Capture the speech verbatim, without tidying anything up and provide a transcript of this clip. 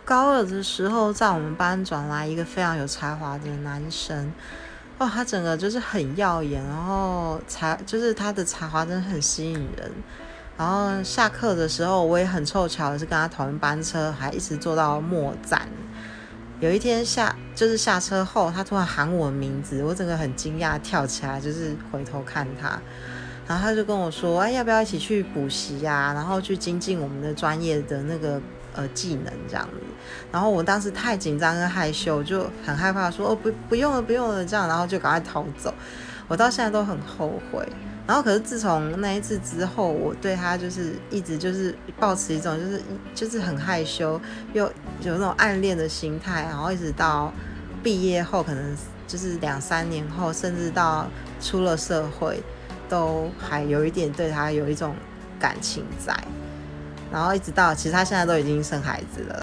高二的时候，在我们班转来一个非常有才华的男生，哦，他整个就是很耀眼，然后才就是他的才华真的很吸引人。然后下课的时候，我也很凑巧的是跟他同一班车，还一直坐到末站。有一天下就是下车后，他突然喊我名字，我整个很惊讶，跳起来就是回头看他，然后他就跟我说：“哎，要不要一起去补习啊？然后去精进我们的专业的那个呃技能这样子。”然后我当时太紧张跟害羞，就很害怕说：“哦，不不用了，不用了。”这样，然后就赶快逃走。我到现在都很后悔。然后可是自从那一次之后，我对他就是一直就是抱持一种就是就是很害羞又有那种暗恋的心态，然后一直到毕业后，可能就是两三年后，甚至到出了社会，都还有一点对他有一种感情在。然后一直到其实他现在都已经生孩子了。